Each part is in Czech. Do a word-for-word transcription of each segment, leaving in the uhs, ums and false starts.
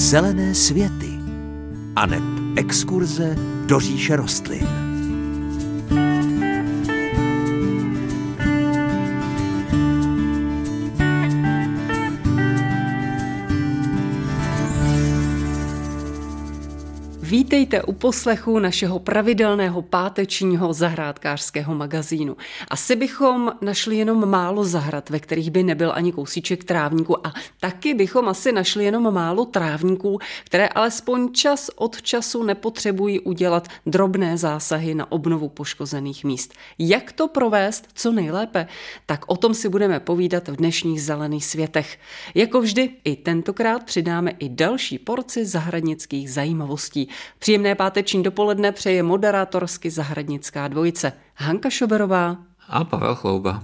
Zelené světy aneb exkurze do říše rostlin. Vítejte u poslechu našeho pravidelného pátečního zahrádkářského magazínu. Asi bychom našli jenom málo zahrad, ve kterých by nebyl ani kousíček trávníku, a taky bychom asi našli jenom málo trávníků, které alespoň čas od času nepotřebují udělat drobné zásahy na obnovu poškozených míst. Jak to provést co nejlépe? Tak o tom si budeme povídat v dnešních Zelených světech. Jako vždy i tentokrát přidáme i další porci zahradnických zajímavostí. Příjemné páteční dopoledne přeje moderátorsky zahradnická dvojice Hanka Šoberová a Pavel Chlouba.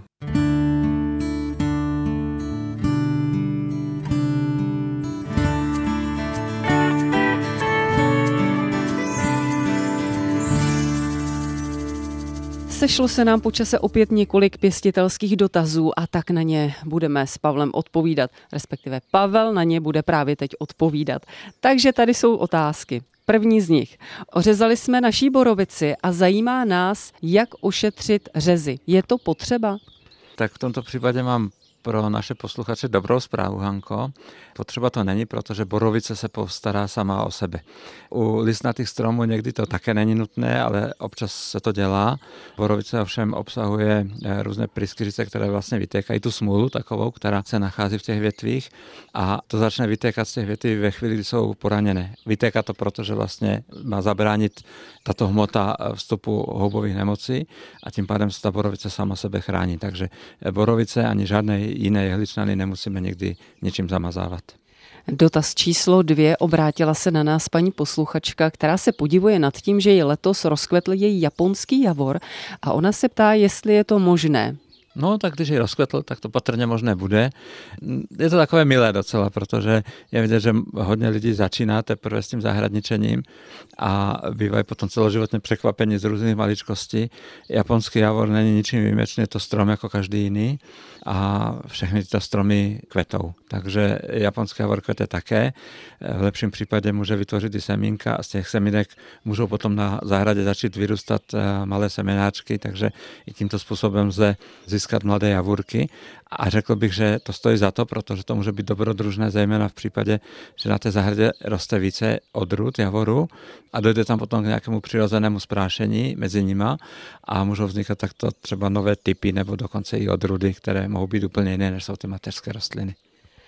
Sešlo se nám po čase opět několik pěstitelských dotazů a tak na ně budeme s Pavlem odpovídat, respektive Pavel na ně bude právě teď odpovídat. Takže tady jsou otázky. První z nich. Ořezali jsme naší borovici a zajímá nás, jak ošetřit řezy. Je to potřeba? Tak v tomto případě mám pro naše posluchače dobrou zprávu, Hanko. Potřeba to není, protože borovice se postará sama o sebe. U listnatých stromů někdy to také není nutné, ale občas se to dělá. Borovice ovšem obsahuje různé pryskyřice, které vlastně vytékají tu smůlu takovou, která se nachází v těch větvích, a to začne vytékat z těch větví ve chvíli, kdy jsou poraněné. Vytéká to proto, že vlastně má zabránit tato hmota vstupu houbových nemocí a tím pádem se ta borovice sama sebe chrání. Takže borovice ani žádné jiné jehličnany nemusíme někdy něčím zamazávat. Dotaz číslo dvě. Obrátila se na nás paní posluchačka, která se podivuje nad tím, že ji letos rozkvetl její japonský javor, a ona se ptá, jestli je to možné. No, tak když ji rozkvetl, tak to patrně možné bude. Je to takové milé docela, protože je vidět, že hodně lidí začíná teprve s tím zahradničením a bývají potom celoživotně překvapení z různých maličkostí. Japonský javor není ničím výjimečný, je to strom jako každý jiný a všechny tyto stromy kvetou. Takže japonský javor kvete také. V lepším případě může vytvořit i semínka a z těch semínek můžou potom na zahradě začít vyrůstat malé semenáčky, takže i tímto způsobem lze získat mladé javůrky. A řekl bych, že to stojí za to, protože to může být dobrodružné, zejména v případě, že na té zahradě roste více odrůd javoru a dojde tam potom k nějakému přirozenému sprášení mezi nima a můžou vznikat takto třeba nové typy nebo dokonce i odrůdy, které mohou být úplně jiné, než jsou ty mateřské rostliny.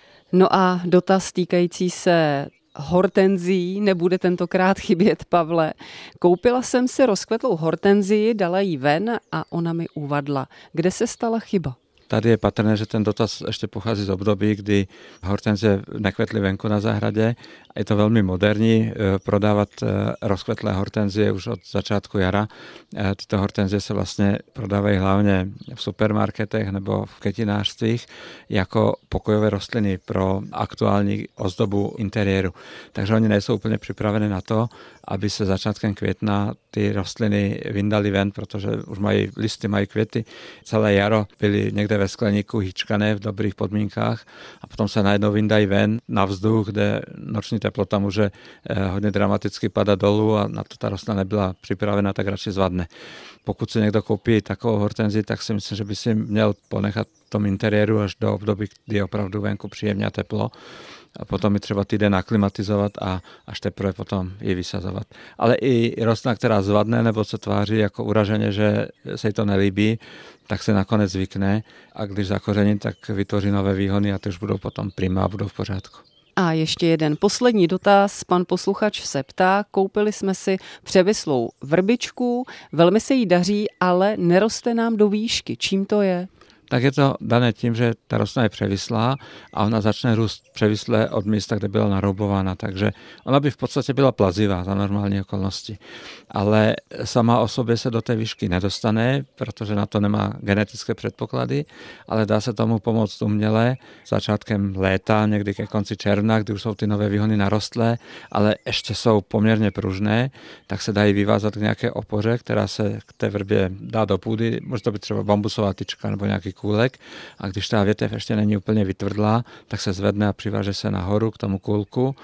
No a dotaz týkající se hortenzí nebude tentokrát chybět, Pavle. Koupila jsem si rozkvetlou hortenzii, dala ji ven a ona mi uvadla. Kde se stala chyba? Tady je patrné, že ten dotaz ještě pochází z období, kdy hortenzie nekvetly venku na zahradě. Je to velmi moderní prodávat rozkvetlé hortenzie už od začátku jara. Tyto hortenzie se vlastně prodávají hlavně v supermarketech nebo v květinářstvích jako pokojové rostliny pro aktuální ozdobu interiéru. Takže oni nejsou úplně připravené na to, aby se začátkem května ty rostliny vyndaly ven, protože už mají listy, mají květy. Celé jaro byly někde ve skleníku hýčkané v dobrých podmínkách a potom se najednou vyndají ven na vzduch, kde noční teplota může hodně dramaticky padat dolů a na to ta rostlina nebyla připravena, tak radši zvadne. Pokud si někdo koupí takovou hortenzii, tak si myslím, že by si měl ponechat v tom interiéru až do období, kdy je opravdu venku příjemně a teplo. A potom ji třeba týden aklimatizovat a až teprve potom ji vysazovat. Ale i rostlina, která zvadne nebo se tváří jako uraženě, že se jí to nelíbí, tak se nakonec zvykne a když zakoření, tak vytvoří nové výhony a ty už budou potom prima a budou v pořádku. A ještě jeden poslední dotaz. Pan posluchač se ptá, koupili jsme si převislou vrbičku, velmi se jí daří, ale neroste nám do výšky. Čím to je? Tak je to dané tím, že ta rostlina je převislá a ona začne růst převisle od místa, kde byla naroubována. Takže ona by v podstatě byla plazivá za normální okolnosti. Ale sama o sobě se do té výšky nedostane, protože na to nemá genetické předpoklady, ale dá se tomu pomoct uměle začátkem léta, někdy ke konci června, kdy už jsou ty nové výhony narostlé, ale ještě jsou poměrně pružné, tak se dají vyvázat k nějaké opoře, která se k té vrbě dá do půdy. Může to být třeba bambusová tyčka nebo nějaký kůlek, a když ta větev ještě není úplně vytvrdlá, tak se zvedne a přiváže se nahoru k tomu kůlku.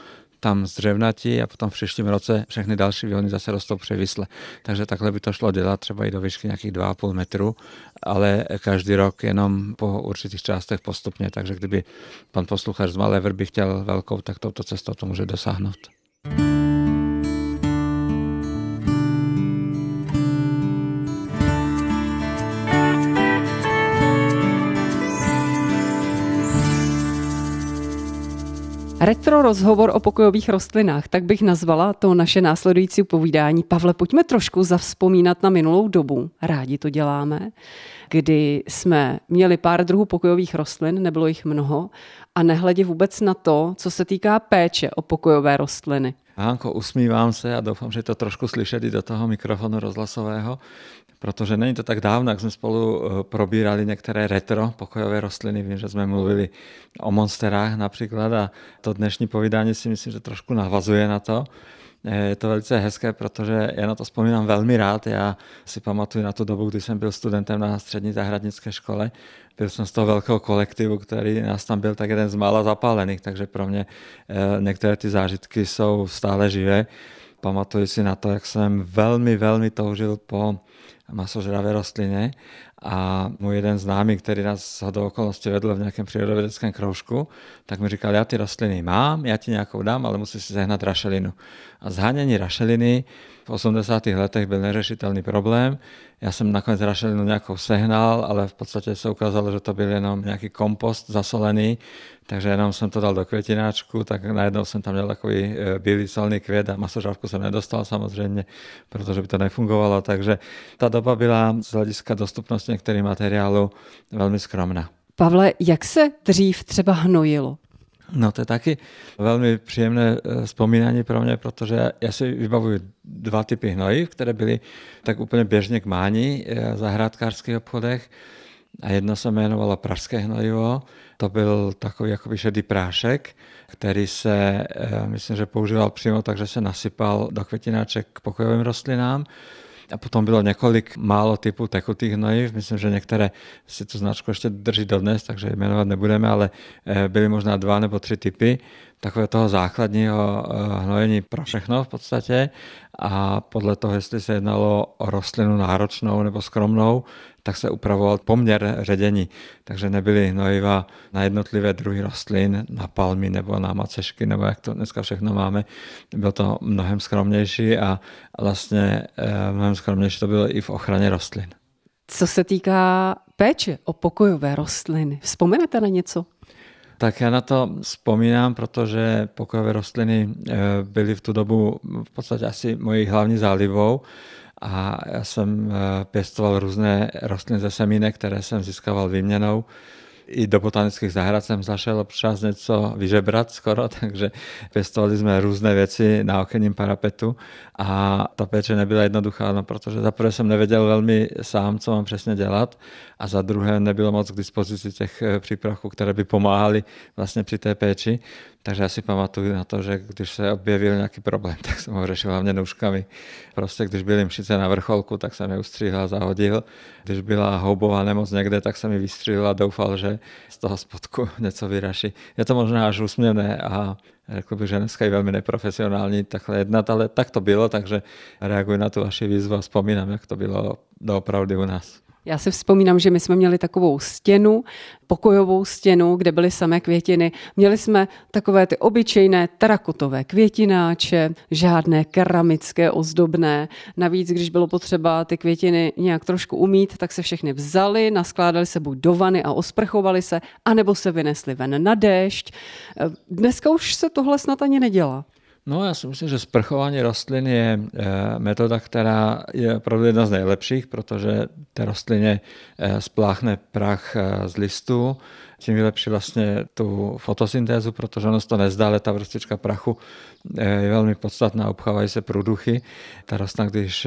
tam zdřevnatí a potom v příštím roce všechny další výhony zase rostou převisle. Takže takhle by to šlo dělat třeba i do výšky nějakých dva a půl metru, ale každý rok jenom po určitých částech postupně, takže kdyby pan posluchač z Malé Vrby chtěl velkou, tak touto cestou to může dosáhnout. Retro rozhovor o pokojových rostlinách, tak bych nazvala to naše následující povídání. Pavle, pojďme trošku zavzpomínat na minulou dobu, rádi to děláme, kdy jsme měli pár druhů pokojových rostlin, nebylo jich mnoho, a nehledě vůbec na to, co se týká péče o pokojové rostliny. Hánko, usmívám se a doufám, že to trošku slyšet i do toho mikrofonu rozhlasového, protože není to tak dávno, jak jsme spolu probírali některé retro pokojové rostliny. Vím, že jsme mluvili o monsterách například a to dnešní povídání si myslím, že trošku navazuje na to. Je to velice hezké, protože já na to vzpomínám velmi rád. Já si pamatuju na tu dobu, kdy jsem byl studentem na střední zahradnické škole. Byl jsem z toho velkého kolektivu, který nás tam byl tak jeden z mála zapálených, takže pro mě některé ty zážitky jsou stále živé. Pamatuju si na to, jak jsem velmi, velmi toužil po masožravé rostlině a můj jeden známý, který nás shodou okolností vedl v nějakém přírodovědeckém kroužku, tak mi říkal, já ty rostliny mám, já ti nějakou dám, ale musíš si sehnat rašelinu. A zhánění rašeliny v osmdesátých letech byl neřešitelný problém. Já jsem nakonec rašelinu nějakou sehnal, ale v podstatě se ukázalo, že to byl jenom nějaký kompost zasolený, takže jenom jsem to dal do květináčku, tak najednou jsem tam měl takový bílý solný květ a masožravku jsem nedostal samozřejmě, protože by to nefungovalo, takže ta doba byla z hlediska dostupnosti některých materiálů velmi skromná. Pavle, jak se dřív třeba hnojilo? No to je taky velmi příjemné vzpomínání pro mě, protože já si vybavuju dva typy hnojiv, které byly tak úplně běžně k mání v zahrádkářských obchodech. A jedno se jmenovalo pražské hnojivo. To byl takový jakoby šedý prášek, který se, myslím, že používal přímo, takže se nasypal do květináček k pokojovým rostlinám. A potom bylo několik málo typů tekutých hnojiv. Myslím, že některé si tu značku ještě drží dodnes, takže jmenovat nebudeme, ale byly možná dva nebo tři typy takové toho základního hnojení pro všechno v podstatě. A podle toho, jestli se jednalo o rostlinu náročnou nebo skromnou, tak se upravoval poměr ředění. Takže nebyly hnojiva na jednotlivé druhy rostlin, na palmy nebo na macešky, nebo jak to dneska všechno máme. Bylo to mnohem skromnější a vlastně mnohem skromnější to bylo i v ochraně rostlin. Co se týká péče o pokojové rostliny, vzpomenete na něco? Tak já na to vzpomínám, protože pokojové rostliny byly v tu dobu v podstatě asi mojí hlavní zálibou a já jsem pěstoval různé rostliny ze semínek, které jsem získával výměnou. I do botanických zahrad jsem zašel občas něco vyžebrat skoro, takže pěstovali jsme různé věci na okenním parapetu a ta péče nebyla jednoduchá, no, protože za prvé jsem nevěděl velmi sám, co mám přesně dělat a za druhé nebylo moc k dispozici těch přípravků, které by pomáhaly vlastně při té péči. Takže já si pamatuju na to, že když se objevil nějaký problém, tak jsem ho řešil hlavně nůžkami. Prostě když byly mšice na vrcholku, tak jsem je ustříhl a zahodil. Když byla houbová nemoc někde, tak jsem ji vystřílil a doufal, že z toho spodku něco vyraší. Je to možná až úsměvné a řekl bych, že dneska je velmi neprofesionální takhle jednat, ale tak to bylo, takže reaguji na tu vaši výzvu a vzpomínám, jak to bylo doopravdy u nás. Já si vzpomínám, že my jsme měli takovou stěnu, pokojovou stěnu, kde byly samé květiny. Měli jsme takové ty obyčejné terakotové květináče, žádné keramické, ozdobné. Navíc, když bylo potřeba ty květiny nějak trošku umýt, tak se všechny vzali, naskládali se buď do vany a osprchovali se, anebo se vynesli ven na déšť. Dneska už se tohle snad ani nedělá. No já si myslím, že sprchování rostlin je metoda, která je opravdu jedna z nejlepších, protože té rostlině spláchne prach z listů, tím vylepší vlastně tu fotosyntézu, protože ono se to nezdá, ale ta vrstička prachu je velmi podstatná, obchávají se průduchy. Ta rostlina, když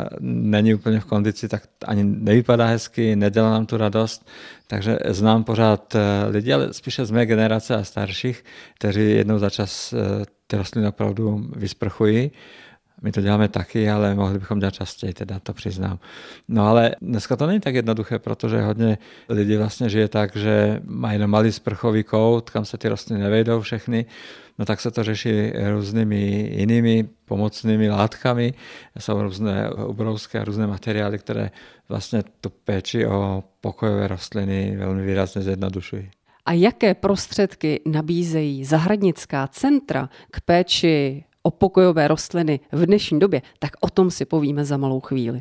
není úplně v kondici, tak ani nevypadá hezky, nedělá nám tu radost. Takže znám pořád lidi, ale spíše z mé generace a starších, kteří jednou za čas ty rostliny opravdu vysprchují. My to děláme taky, ale mohli bychom dělat častěji, teda to přiznám. No ale dneska to není tak jednoduché, protože hodně lidí vlastně žije tak, že mají jenom malý sprchový kout, kam se ty rostliny nevejdou všechny, no tak se to řeší různými jinými pomocnými látkami. Jsou různé obrovské a různé materiály, které vlastně tu péči o pokojové rostliny velmi výrazně zjednodušují. A jaké prostředky nabízejí zahradnická centra k péči o pokojové rostliny v dnešní době, tak o tom si povíme za malou chvíli.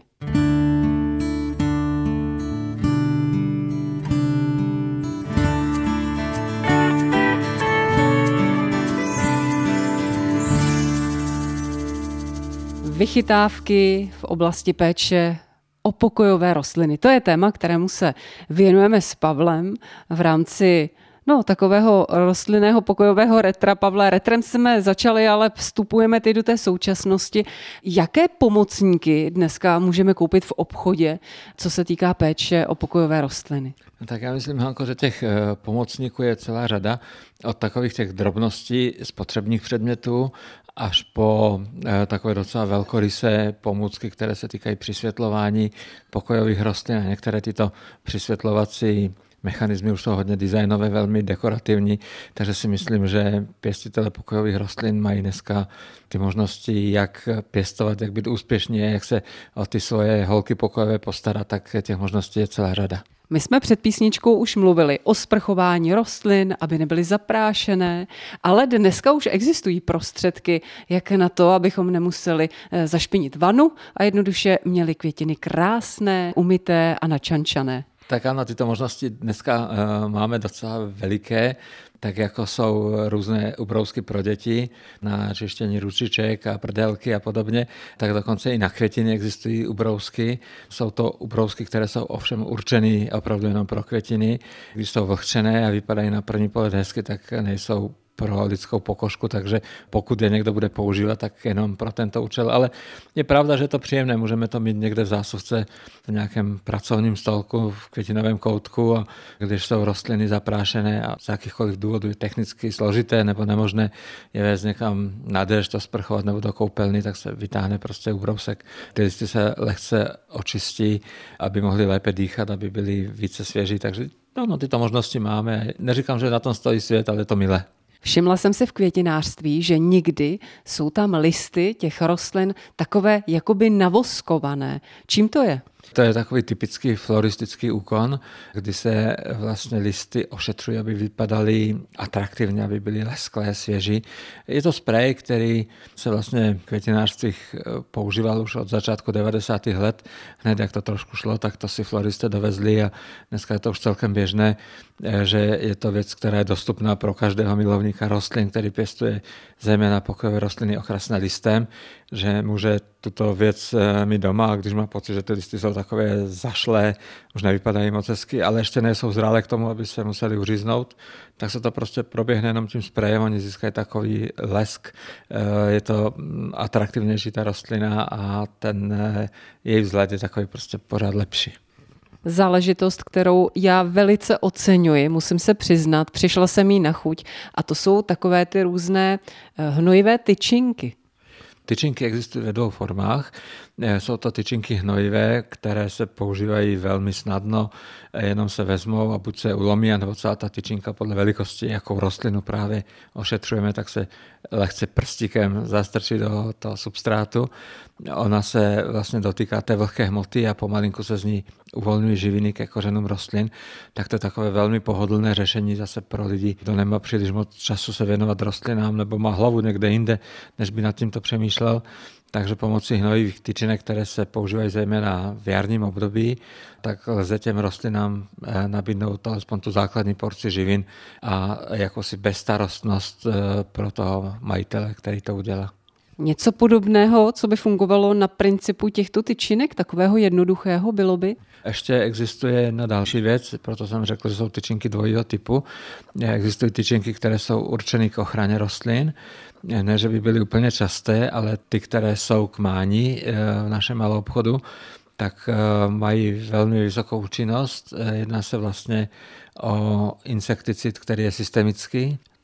Vychytávky v oblasti péče o pokojové rostliny. To je téma, kterému se věnujeme s Pavlem v rámci no, takového rostlinného pokojového retra. Pavle, retrem jsme začali, ale vstupujeme teď do té současnosti. Jaké pomocníky dneska můžeme koupit v obchodě, co se týká péče o pokojové rostliny? No tak já myslím, Hanko, že těch pomocníků je celá řada. Od takových těch drobností spotřebních předmětů až po takové docela velkorysé pomůcky, které se týkají přisvětlování pokojových rostlin. A některé tyto přisvětlovací mechanismy už jsou hodně designové, velmi dekorativní, takže si myslím, že pěstitele pokojových rostlin mají dneska ty možnosti, jak pěstovat, jak být úspěšní, jak se o ty svoje holky pokojové postarat, tak těch možností je celá řada. My jsme před písničkou už mluvili o sprchování rostlin, aby nebyly zaprášené, ale dneska už existují prostředky, jak na to, abychom nemuseli zašpinit vanu a jednoduše měli květiny krásné, umyté a načančané. Tak ano, tyto možnosti dneska uh, máme docela veliké, tak jako jsou různé ubrousky pro děti na čištění ručiček a prdelky a podobně, tak dokonce i na květiny existují ubrousky. Jsou to ubrousky, které jsou ovšem určené opravdu jenom pro květiny. Když jsou vlhčené a vypadají na první pohled hezky, tak nejsou pro lidskou pokožku, takže pokud je někdo bude používat, tak jenom pro tento účel. Ale je pravda, že je to příjemné. Můžeme to mít někde v zásuvce v nějakém pracovním stolku, v květinovém koutku, a když jsou rostliny zaprášené a z jakýchkoliv důvodů je technicky složité nebo nemožné je vést někam na déšť to sprchovat nebo do koupelny, tak se vytáhne prostě ubrousek. Ty listy se lehce očistí, aby mohli lépe dýchat, aby byli více svěží. Takže no, no, tyto možnosti máme. Neříkám, že na tom stojí svět, ale je to milé. Všimla jsem si v květinářství, že nikdy jsou tam listy těch rostlin takové jakoby navoskované. Čím to je? To je takový typický floristický úkon, kdy se vlastně listy ošetřují, aby vypadaly atraktivně, aby byly lesklé, svěží. Je to sprej, který se vlastně v květinářství používal už od začátku devadesátých let. Hned jak to trošku šlo, tak to si floristé dovezli a dneska je to už celkem běžné, že je to věc, která je dostupná pro každého milovníka rostlin, který pěstuje zejména pokojové rostliny okrasné listem, že může tuto věc mít doma, a když má pocit, že ty listy jsou takové zašlé, už nevypadají moc hezky, ale ještě nejsou zrálé k tomu, aby se museli uříznout, tak se to prostě proběhne jenom tím sprejem, oni získají takový lesk. Je to atraktivnější ta rostlina a ten její vzhled je takový prostě pořád lepší. Záležitost, kterou já velice oceňuji, musím se přiznat, přišla jsem jí na chuť, a to jsou takové ty různé hnojivé tyčinky. Tyčinky existují ve dvou formách. Jsou to tyčinky hnojivé, které se používají velmi snadno, jenom se vezmou a buď se ulomí, nebo celá ta tyčinka podle velikosti, jakou rostlinu právě ošetřujeme, tak se lehce prstíkem zastrčí do toho substrátu. Ona se vlastně dotýká té vlhké hmoty a pomalinku se z ní uvolňují živiny ke kořenům rostlin. Tak to je takové velmi pohodlné řešení zase pro lidi, kdo nemá příliš moc času se věnovat rostlinám nebo má hlavu někde jinde, než by nad tímto přemýšlel. Takže pomocí hnojivých tyčinek, které se používají zejména v jarním období, tak lze těm rostlinám nabídnout alespoň tu základní porci živin a jakousi bezstarostnost pro toho majitele, který to udělá. Něco podobného, co by fungovalo na principu těchto tyčinek, takového jednoduchého bylo by? Ještě existuje jedna další věc, proto jsem řekl, že jsou tyčinky dvojího typu. Existují tyčinky, které jsou určeny k ochraně rostlin. Ne, že by byly úplně časté, ale ty, které jsou k mání v našem malou obchodu, tak mají velmi vysokou účinnost. Jedná se vlastně o insekticid, který je systemický.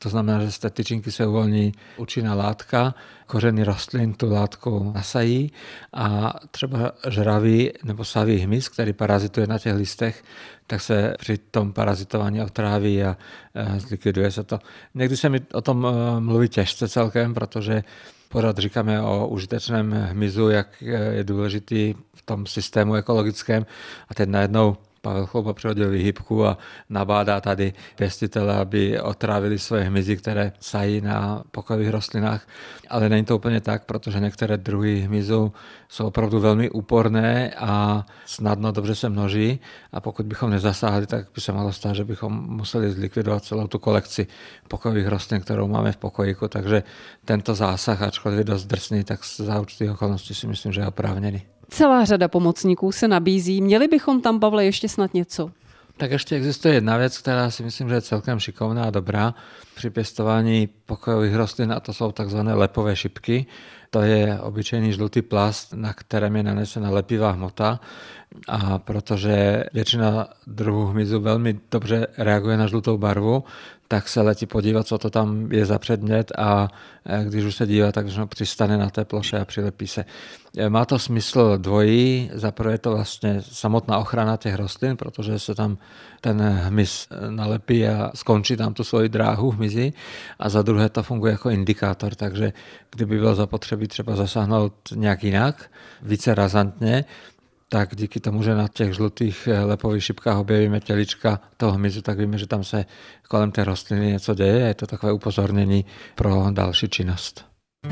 To znamená, že z té tyčinky se uvolní účinná látka, kořeny rostlin tu látku nasají a třeba žravý nebo savý hmyz, který parazituje na těch listech, tak se při tom parazitování otráví a zlikviduje se to. Někdy se mi o tom mluví těžce celkem, protože pořád říkáme o užitečném hmyzu, jak je důležitý v tom systému ekologickém a teď najednou Pavel Chlouba přihodil výhybku a nabádá tady pěstitele, aby otrávili svoje hmyzy, které sají na pokojových rostlinách. Ale není to úplně tak, protože některé druhy hmyzu jsou opravdu velmi úporné a snadno dobře se množí a pokud bychom nezasáhli, tak by se mohlo stát, že bychom museli zlikvidovat celou tu kolekci pokojových rostlin, kterou máme v pokojíku. Takže tento zásah, ačkoliv je dost drsný, tak za určitých okolností si myslím, že je oprávněný. Celá řada pomocníků se nabízí. Měli bychom tam, Pavle, ještě snad něco? Tak ještě existuje jedna věc, která si myslím, že je celkem šikovná a dobrá při pěstování pokojových rostlin a to jsou takzvané lepové šipky. To je obyčejný žlutý plast, na kterém je nanesena lepivá hmota a protože většina druhů hmyzu velmi dobře reaguje na žlutou barvu, tak se letí podívat, co to tam je za předmět a když už se dívá, tak přistane na té ploše a přilepí se. Má to smysl dvojí. Za prvé je to vlastně samotná ochrana těch rostlin, protože se tam ten hmyz nalepí a skončí tam tu svoji dráhu hmyzi a za druhé to funguje jako indikátor, takže kdyby bylo zapotřebí třeba zasáhnout nějak jinak, více razantně, tak díky tomu, že na těch žlutých lepových šipkách objevíme tělička toho hmyzu, tak víme, že tam se kolem té rostliny něco děje a je to takové upozornění pro další činnost.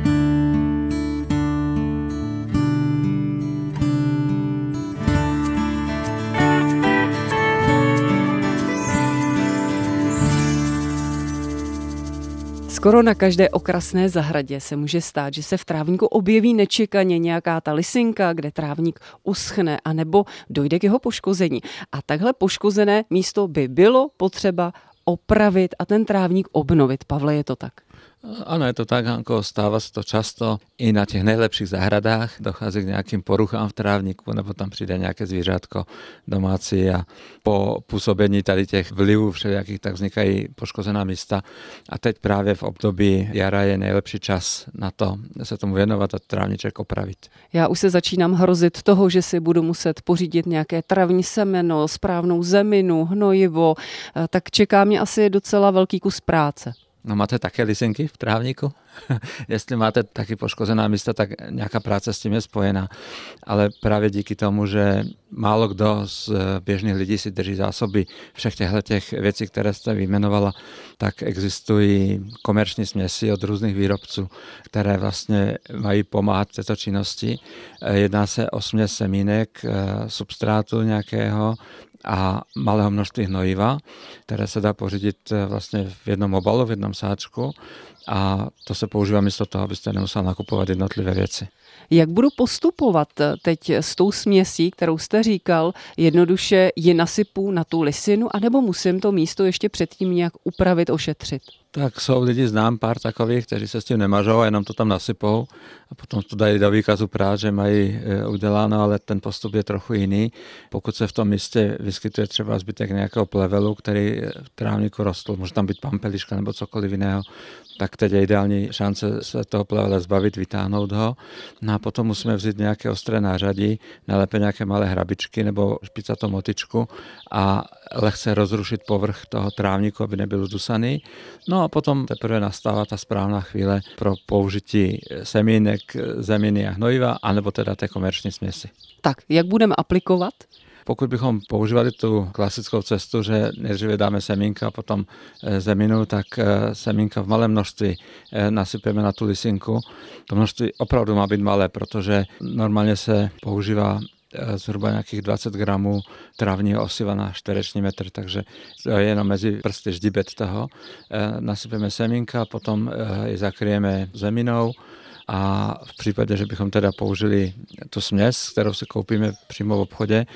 Skoro na každé okrasné zahradě se může stát, že se v trávníku objeví nečekaně nějaká ta lisinka, kde trávník uschne, anebo dojde k jeho poškození. A takhle poškozené místo by bylo potřeba opravit a ten trávník obnovit. Pavle, je to tak? Ano, je to tak, Hanko, stává se to často i na těch nejlepších zahradách, dochází k nějakým poruchám v trávníku, nebo tam přijde nějaké zvířátko domácí a po působení tady těch vlivů všelijakých tak vznikají poškozená místa a teď právě v období jara je nejlepší čas na to se tomu věnovat a trávníček opravit. Já už se začínám hrozit toho, že si budu muset pořídit nějaké travní semeno, správnou zeminu, hnojivo, tak čeká mě asi docela velký kus práce. No máte také lisinky v trávníku? Jestli máte taky poškozená místa, tak nějaká práce s tím je spojená. Ale právě díky tomu, že málo kdo z běžných lidí si drží zásoby všech těch věcí, které jste vyjmenovala, tak existují komerční směsi od různých výrobců, které vlastně mají pomáhat v této činnosti. Jedná se o směs semínek, substrátu nějakého, a malého množství hnojiva, které se dá pořídit vlastně v jednom obalu, v jednom sáčku a to se používá místo toho, abyste nemusel nakupovat jednotlivé věci. Jak budu postupovat teď s tou směsí, kterou jste říkal, jednoduše ji nasypu na tu lisinu, anebo musím to místo ještě předtím nějak upravit, ošetřit? Tak jsou lidi, znám pár takových, kteří se s tím nemažou a jenom to tam nasypou a potom to dají do výkazu prát, že mají uděláno, ale ten postup je trochu jiný. Pokud se v tom místě vyskytuje třeba zbytek nějakého plevelu, který v trávníku rostl, může tam být pampeliška nebo cokoliv jiného, tak teď je ideální šance se toho plevele zbavit, vytáhnout ho. No a potom musíme vzít nějaké ostré nářadí, nalepit nějaké malé hrabičky nebo špicatou motyčku a lehce rozrušit povrch toho trávníku, aby nebyl udusaný. No a potom teprve nastává ta správná chvíle pro použití semínek, zeminy a hnojiva, anebo teda té komerční směsi. Tak, jak budeme aplikovat? Pokud bychom používali tu klasickou cestu, že nejdříve dáme semínka a potom zeminu, tak semínka v malém množství nasypeme na tu lisinku. To množství opravdu má být malé, protože normálně se používá zhruba nějakých dvacet gramů trávního osiva na čtvereční metr, takže to je jenom mezi prsty ždibet toho. Nasypeme semínka, potom je zakryjeme zeminou a v případě, že bychom teda použili tu směs, kterou si koupíme přímo v obchodě,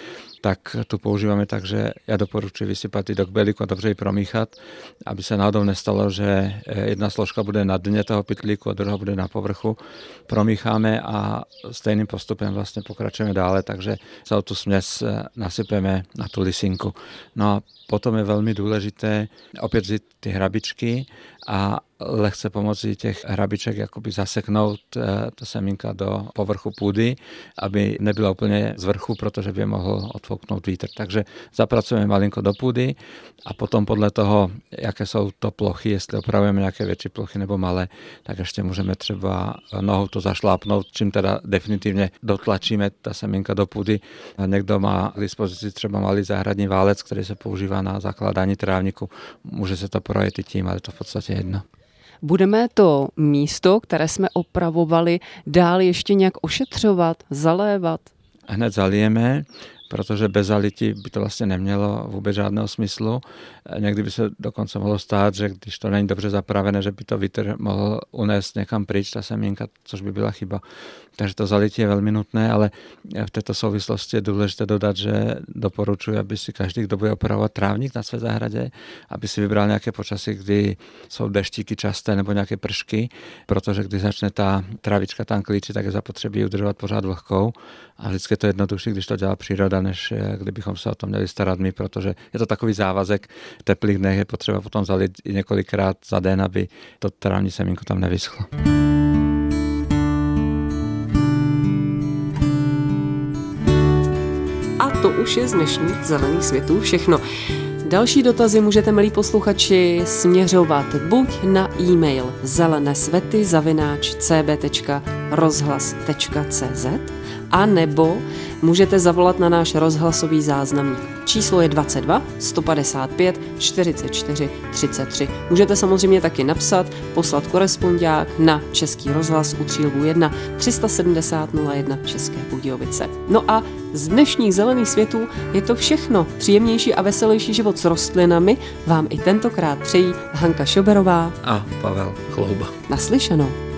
tak tu používame tak, že ja doporučuji vysypať do kbelíku a dobře ji promíchat, aby sa náhodou nestalo, že jedna složka bude na dne toho pytlíku a druhá bude na povrchu. Promícháme a stejným postupem vlastne pokračujeme dále, takže celú tú směs nasypeme na tú lisinku. No a potom je veľmi dôležité opäť vzít ty hrabičky a lehce pomocí těch hrabiček jakoby zaseknout to semínka do povrchu půdy, aby nebyla úplně z vrchu, protože by je mohl odfouknout vítr. Takže zapracujeme malinko do půdy a potom podle toho, jaké jsou to plochy, jestli opravujeme nějaké větší plochy nebo malé, tak ještě můžeme třeba nohou to zašlápnout, čím teda definitivně dotlačíme ta semínka do půdy. Někdo má k dispozici třeba malý zahradní válec, který se používá na zakládání trávníku. Může se to projet i tím, ale to v podstatě jedno. Budeme to místo, které jsme opravovali, dál ještě nějak ošetřovat, zalévat? Hned zalijeme, protože bez zalití by to vlastně nemělo vůbec žádného smyslu. Někdy by se dokonce mohlo stát, že když to není dobře zapravené, že by to vítr mohl unést někam pryč, ta semínka, což by byla chyba. Takže to zalití je velmi nutné, ale v této souvislosti je důležité dodat, že doporučuji, aby si každý, kdo bude opravovat trávník na své zahradě, aby si vybral nějaké počasí, kdy jsou deštíky časté nebo nějaké pršky, protože když začne ta trávička tam klíčit, tak je zapotřebí udržovat pořád vlhkou a vždycky je to jednodušší, když to dělá příroda, než kdybychom se o tom měli starat my, protože je to takový závazek. V teplých dnech je potřeba potom zalit i několikrát za den, aby to trávní semínko tam nevyschlo. A to už je z dnešních Zelených světů všechno. Další dotazy můžete, milí posluchači, směřovat buď na e-mail zelenesvety zavináč c b tečka rozhlas tečka c z a nebo můžete zavolat na náš rozhlasový záznamník. Číslo je dvacet dva sto padesát pět čtyřicet čtyři třicet tři. Můžete samozřejmě taky napsat, poslat korespondiák na Český rozhlas u Třílbu jedna tři set sedmdesát nula jedna České Budějovice. No a z dnešních Zelených světů je to všechno. Příjemnější a veselější život s rostlinami vám i tentokrát přejí Hanka Šoberová a Pavel Chlouba. Naslyšenou.